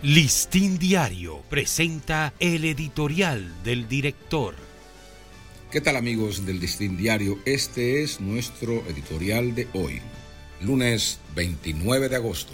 Listín Diario presenta el editorial del director. ¿Qué tal, amigos del Listín Diario? Este es nuestro editorial de hoy, lunes 29 de agosto.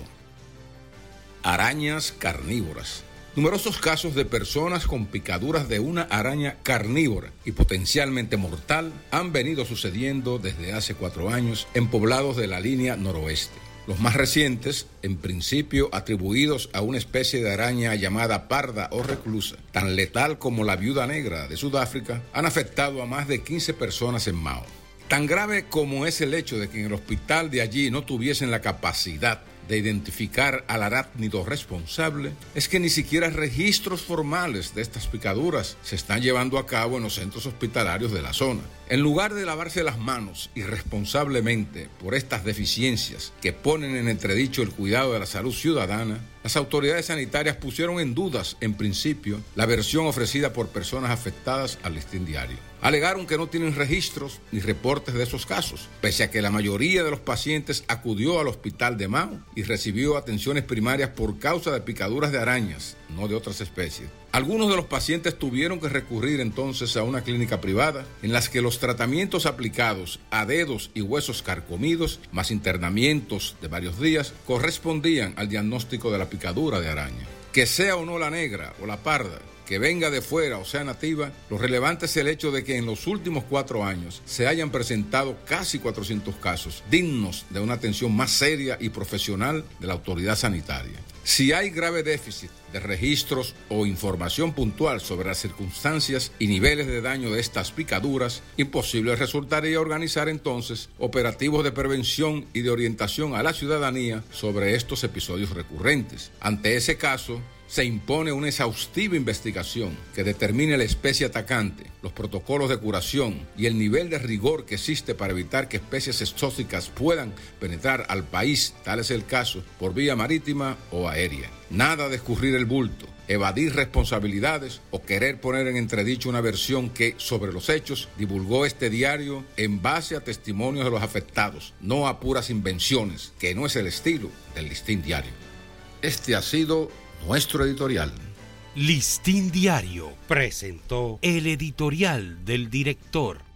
Arañas carnívoras. Numerosos casos de personas con picaduras de una araña carnívora y potencialmente mortal han venido sucediendo desde hace 4 años en poblados de la línea noroeste. Los más recientes, en principio atribuidos a una especie de araña llamada parda o reclusa, tan letal como la viuda negra de Sudáfrica, han afectado a más de 15 personas en Mao. Tan grave como es el hecho de que en el hospital de allí no tuviesen la capacidad de identificar al arácnido responsable, es que ni siquiera registros formales de estas picaduras se están llevando a cabo en los centros hospitalarios de la zona. En lugar de lavarse las manos irresponsablemente por estas deficiencias que ponen en entredicho el cuidado de la salud ciudadana, las autoridades sanitarias pusieron en dudas, en principio, la versión ofrecida por personas afectadas al Listín Diario. Alegaron que no tienen registros ni reportes de esos casos, pese a que la mayoría de los pacientes acudió al hospital de Mao y recibió atenciones primarias por causa de picaduras de arañas, no de otras especies. Algunos de los pacientes tuvieron que recurrir entonces a una clínica privada en las que los tratamientos aplicados a dedos y huesos carcomidos, más internamientos de varios días, correspondían al diagnóstico de la picadura de araña. Que sea o no la negra o la parda, que venga de fuera o sea nativa, lo relevante es el hecho de que en los últimos 4 años se hayan presentado casi 400 casos dignos de una atención más seria y profesional de la autoridad sanitaria. Si hay grave déficit de registros o información puntual sobre las circunstancias y niveles de daño de estas picaduras, imposible resultaría organizar entonces operativos de prevención y de orientación a la ciudadanía sobre estos episodios recurrentes. Ante ese caso, se impone una exhaustiva investigación que determine la especie atacante, los protocolos de curación y el nivel de rigor que existe para evitar que especies exóticas puedan penetrar al país, tal es el caso, por vía marítima o aérea. Nada de escurrir el bulto, evadir responsabilidades o querer poner en entredicho una versión que, sobre los hechos, divulgó este diario en base a testimonios de los afectados, no a puras invenciones, que no es el estilo del Listín Diario. Este ha sido nuestro editorial. Listín Diario presentó el editorial del director.